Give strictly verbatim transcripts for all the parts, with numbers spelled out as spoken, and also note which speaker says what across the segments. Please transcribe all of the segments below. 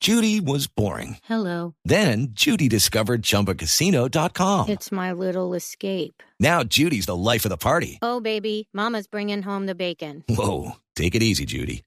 Speaker 1: Judy was boring.
Speaker 2: Hello.
Speaker 1: Then Judy discovered Chumba Casino dot com.
Speaker 2: It's my little escape.
Speaker 1: Now Judy's the life of the party.
Speaker 2: Oh, baby, mama's bringing home the bacon.
Speaker 1: Whoa, take it easy, Judy.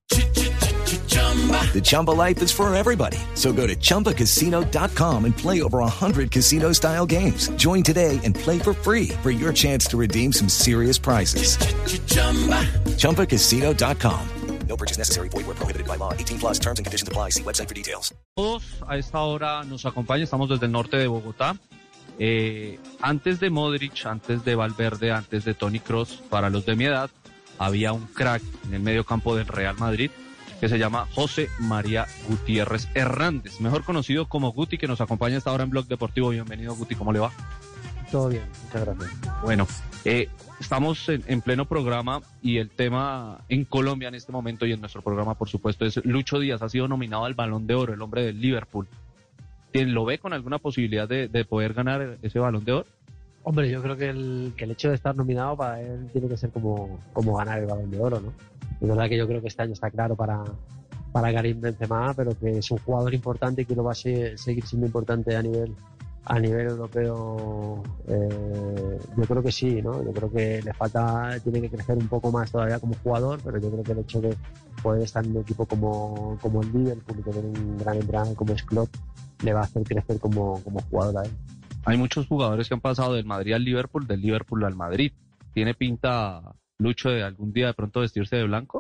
Speaker 1: The Chumba life is for everybody. So go to Chumba Casino dot com and play over one hundred casino-style games. Join today and play for free for your chance to redeem some serious prizes. Chumba Casino dot com. No purchase necessary. Void where prohibited by law. eighteen plus terms and conditions apply. See website for details.
Speaker 3: Todos a esta hora nos acompaña, estamos desde el norte de Bogotá. Eh, antes de Modric, antes de Valverde, antes de Toni Kroos, para los de mi edad, había un crack en el medio campo del Real Madrid que se llama José María Gutiérrez Hernández, mejor conocido como Guti, que nos acompaña hasta ahora en Blog Deportivo. Bienvenido, Guti, ¿cómo le va?
Speaker 4: Todo bien, muchas gracias.
Speaker 3: Bueno, eh, estamos en, en pleno programa y el tema en Colombia en este momento y en nuestro programa, por supuesto, es Lucho Díaz. Ha sido nominado al Balón de Oro, el hombre del Liverpool. ¿Lo ve con alguna posibilidad de, de poder ganar ese Balón de Oro?
Speaker 4: Hombre, yo creo que el, que el hecho de estar nominado para él tiene que ser como, como ganar el Balón de Oro, ¿no? Es verdad que yo creo que este año está claro para, para Karim Benzema, pero que es un jugador importante y que lo va a ser, seguir siendo importante a nivel a nivel europeo. Eh, yo creo que sí, ¿no? Yo creo que le falta, tiene que crecer un poco más todavía como jugador, pero yo creo que el hecho de poder estar en un equipo como, como el Liverpool y tener un gran entrenador como es Klopp le va a hacer crecer como, como jugador a él.
Speaker 3: Hay muchos jugadores que han pasado del Madrid al Liverpool, del Liverpool al Madrid. ¿Tiene pinta, Lucho, de algún día de pronto vestirse de blanco?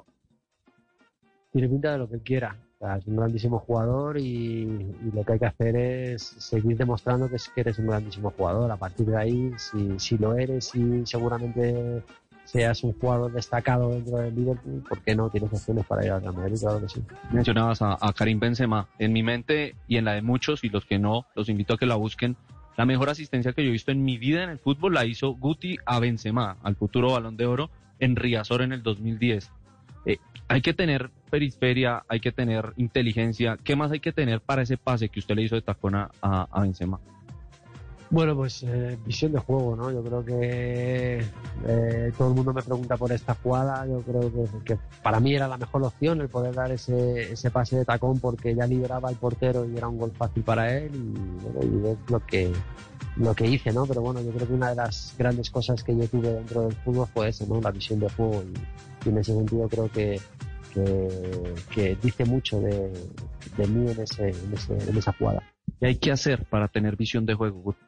Speaker 4: Tiene pinta de lo que él quiera. O sea, es un grandísimo jugador y, y lo que hay que hacer es seguir demostrando que, es, que eres un grandísimo jugador. A partir de ahí, si, si lo eres y seguramente seas un jugador destacado dentro del Liverpool, ¿por qué no? Tienes opciones para ir al Real Madrid, claro que sí.
Speaker 3: Mencionabas a, a Karim Benzema. En mi mente y en la de muchos, y los que no, los invito a que la busquen. La mejor asistencia que yo he visto en mi vida en el fútbol la hizo Guti a Benzema, al futuro Balón de Oro, en Riazor en el dos mil diez. Eh, hay que tener periferia, hay que tener inteligencia. ¿Qué más hay que tener para ese pase que usted le hizo de tacón a, a, a Benzema?
Speaker 4: Bueno, pues eh, visión de juego, ¿no? Yo creo que eh, todo el mundo me pregunta por esta jugada. Yo creo que, que para mí era la mejor opción el poder dar ese, ese pase de tacón, porque ya liberaba al portero y era un gol fácil para él, y, bueno, y es lo que, lo que hice, ¿no? Pero bueno, yo creo que una de las grandes cosas que yo tuve dentro del fútbol fue eso, ¿no? La visión de juego, y, y en ese sentido creo que, que, que dice mucho de, de mí en, ese, en, ese, en esa jugada.
Speaker 3: ¿Qué hay que hacer para tener visión de juego, Guti?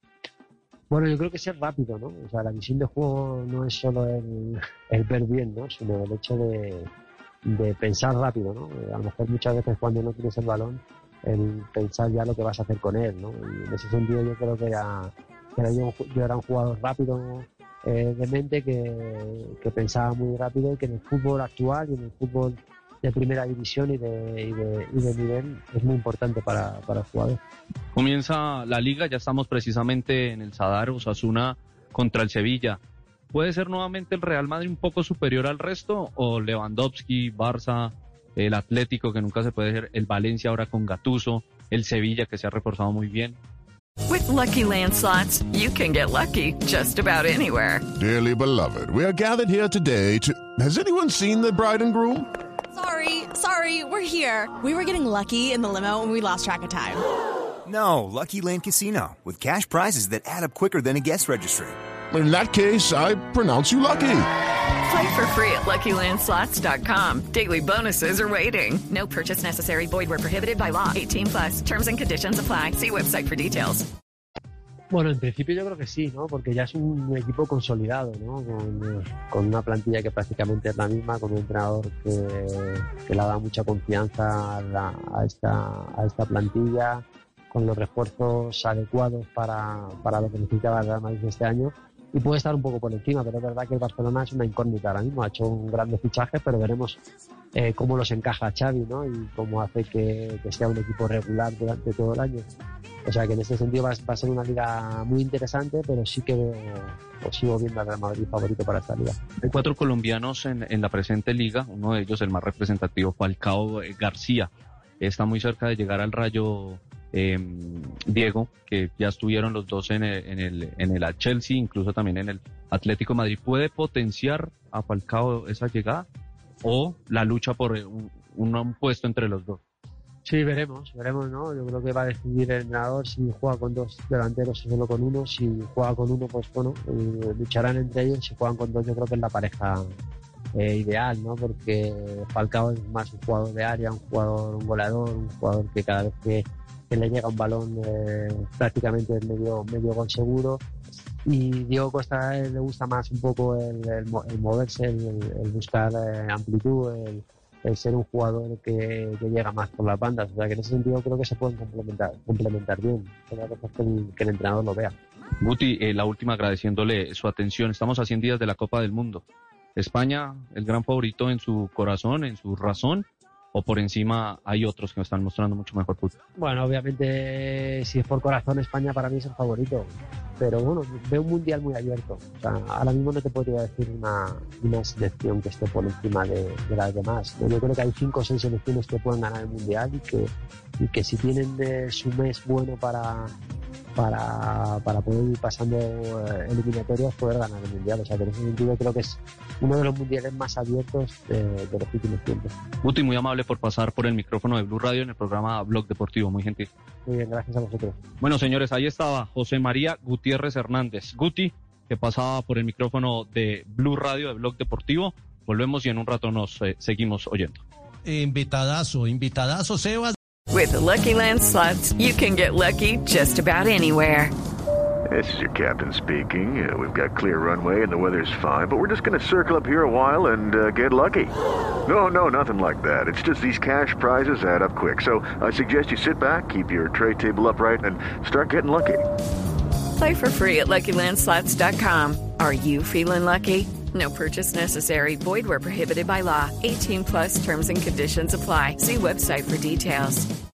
Speaker 4: Bueno, yo creo que ser rápido, ¿no? O sea, la visión de juego no es solo el, el ver bien, ¿no? Sino el hecho de, de pensar rápido, ¿no? A lo mejor muchas veces cuando no tienes el balón, el pensar ya lo que vas a hacer con él, ¿no? Y en ese sentido yo creo que, era, que era yo, yo era un jugador rápido eh, de mente, que, que pensaba muy rápido, y que en el fútbol actual y en el fútbol de primera división y de, y de, y de nivel es muy importante para, para el jugador.
Speaker 3: Comienza la liga, ya estamos precisamente en el Sadar, Osasuna contra el Sevilla. ¿Puede ser nuevamente el Real Madrid un poco superior al resto? ¿O Lewandowski, Barça, el Atlético, que nunca se puede ser, el Valencia ahora con Gattuso, el Sevilla, que se ha reforzado muy bien?
Speaker 5: With Lucky Land Slots, you can get lucky just about anywhere.
Speaker 6: Dearly beloved, we are gathered here today to... Has anyone seen the bride and groom?
Speaker 7: Sorry, sorry, we're here. We were getting lucky in the limo and we lost track of time.
Speaker 8: No, Lucky Land Casino, with cash prizes that add up quicker than a guest registry.
Speaker 6: In that case, I pronounce you lucky.
Speaker 5: Play for free at Lucky Land Slots dot com. Daily bonuses are waiting. No purchase necessary. Void where prohibited by law. eighteen plus. Terms and conditions apply. See website for details.
Speaker 4: Bueno, en principio yo creo que sí, ¿no? Porque ya es un equipo consolidado, ¿no? Con, con una plantilla que prácticamente es la misma, con un entrenador que, que le da mucha confianza a, la, a, esta, a esta plantilla, con los refuerzos adecuados para, para lo que necesitaba el Real Madrid este año. Y puede estar un poco por encima, pero es verdad que el Barcelona es una incógnita ahora mismo. Ha hecho un grande fichaje, pero veremos eh, cómo los encaja Xavi, ¿no? Y cómo hace que, que sea un equipo regular durante todo el año. O sea que en ese sentido va, va a ser una liga muy interesante, pero sí que veo, o sigo viendo al Real Madrid favorito para esta liga.
Speaker 3: Hay cuatro colombianos en, en la presente liga, uno de ellos el más representativo, Falcao García. Está muy cerca de llegar al Rayo eh, Diego, que ya estuvieron los dos en el, en el, en el Chelsea, incluso también en el Atlético de Madrid. ¿Puede potenciar a Falcao esa llegada o la lucha por un, un puesto entre los dos?
Speaker 4: Sí, veremos, veremos, ¿no? Yo creo que va a decidir el entrenador si juega con dos delanteros o solo con uno. Si juega con uno, pues bueno, eh, lucharán entre ellos. Si juegan con dos, yo creo que es la pareja eh, ideal, ¿no? Porque Falcao es más un jugador de área, un jugador, un goleador, un jugador que cada vez que, que le llega un balón eh, prácticamente es medio, medio gol seguro. Y Diego Costa eh, le gusta más un poco el, el, el moverse, el, el buscar eh, amplitud, el el ser un jugador que, que llega más por las bandas. O sea, que en ese sentido creo que se pueden complementar, complementar bien. Pero que el, que el entrenador lo vea.
Speaker 3: Guti, eh, la última agradeciéndole su atención. Estamos a cien días de la Copa del Mundo. ¿España el gran favorito en su corazón, en su razón? ¿O por encima hay otros que están mostrando mucho mejor fútbol?
Speaker 4: Bueno, obviamente, si es por corazón, España para mí es el favorito. Pero bueno, veo un mundial muy abierto. O sea, ahora mismo no te podría decir una, una selección que esté por encima de, de las demás. Yo creo que hay cinco o seis selecciones que pueden ganar el mundial y que, y que si tienen eh, su mes bueno para, para, para poder ir pasando eh, eliminatorias, poder ganar el mundial. O sea, que en ese sentido creo que es uno de los mundiales más abiertos de, de los últimos tiempos.
Speaker 3: Guti, muy amable por pasar por el micrófono de Blue Radio en el programa Blog Deportivo, muy gentil.
Speaker 4: Muy bien, gracias a vosotros.
Speaker 3: Bueno, señores, ahí estaba José María Gutiérrez Hernández. Guti, que pasaba por el micrófono de Blue Radio, de Blog Deportivo. Volvemos y en un rato nos eh, seguimos oyendo.
Speaker 9: Invitadazo, invitadazo, Sebas.
Speaker 5: With the Lucky Land Slots, you can get lucky just about anywhere.
Speaker 10: This is your captain speaking. Uh, we've got clear runway and the weather's fine, but we're just going to circle up here a while and uh, get lucky. No, no, nothing like that. It's just these cash prizes add up quick. So I suggest you sit back, keep your tray table upright, and start getting lucky.
Speaker 5: Play for free at Lucky Land Slots dot com. Are you feeling lucky? No purchase necessary. Void where prohibited by law. eighteen plus terms and conditions apply. See website for details.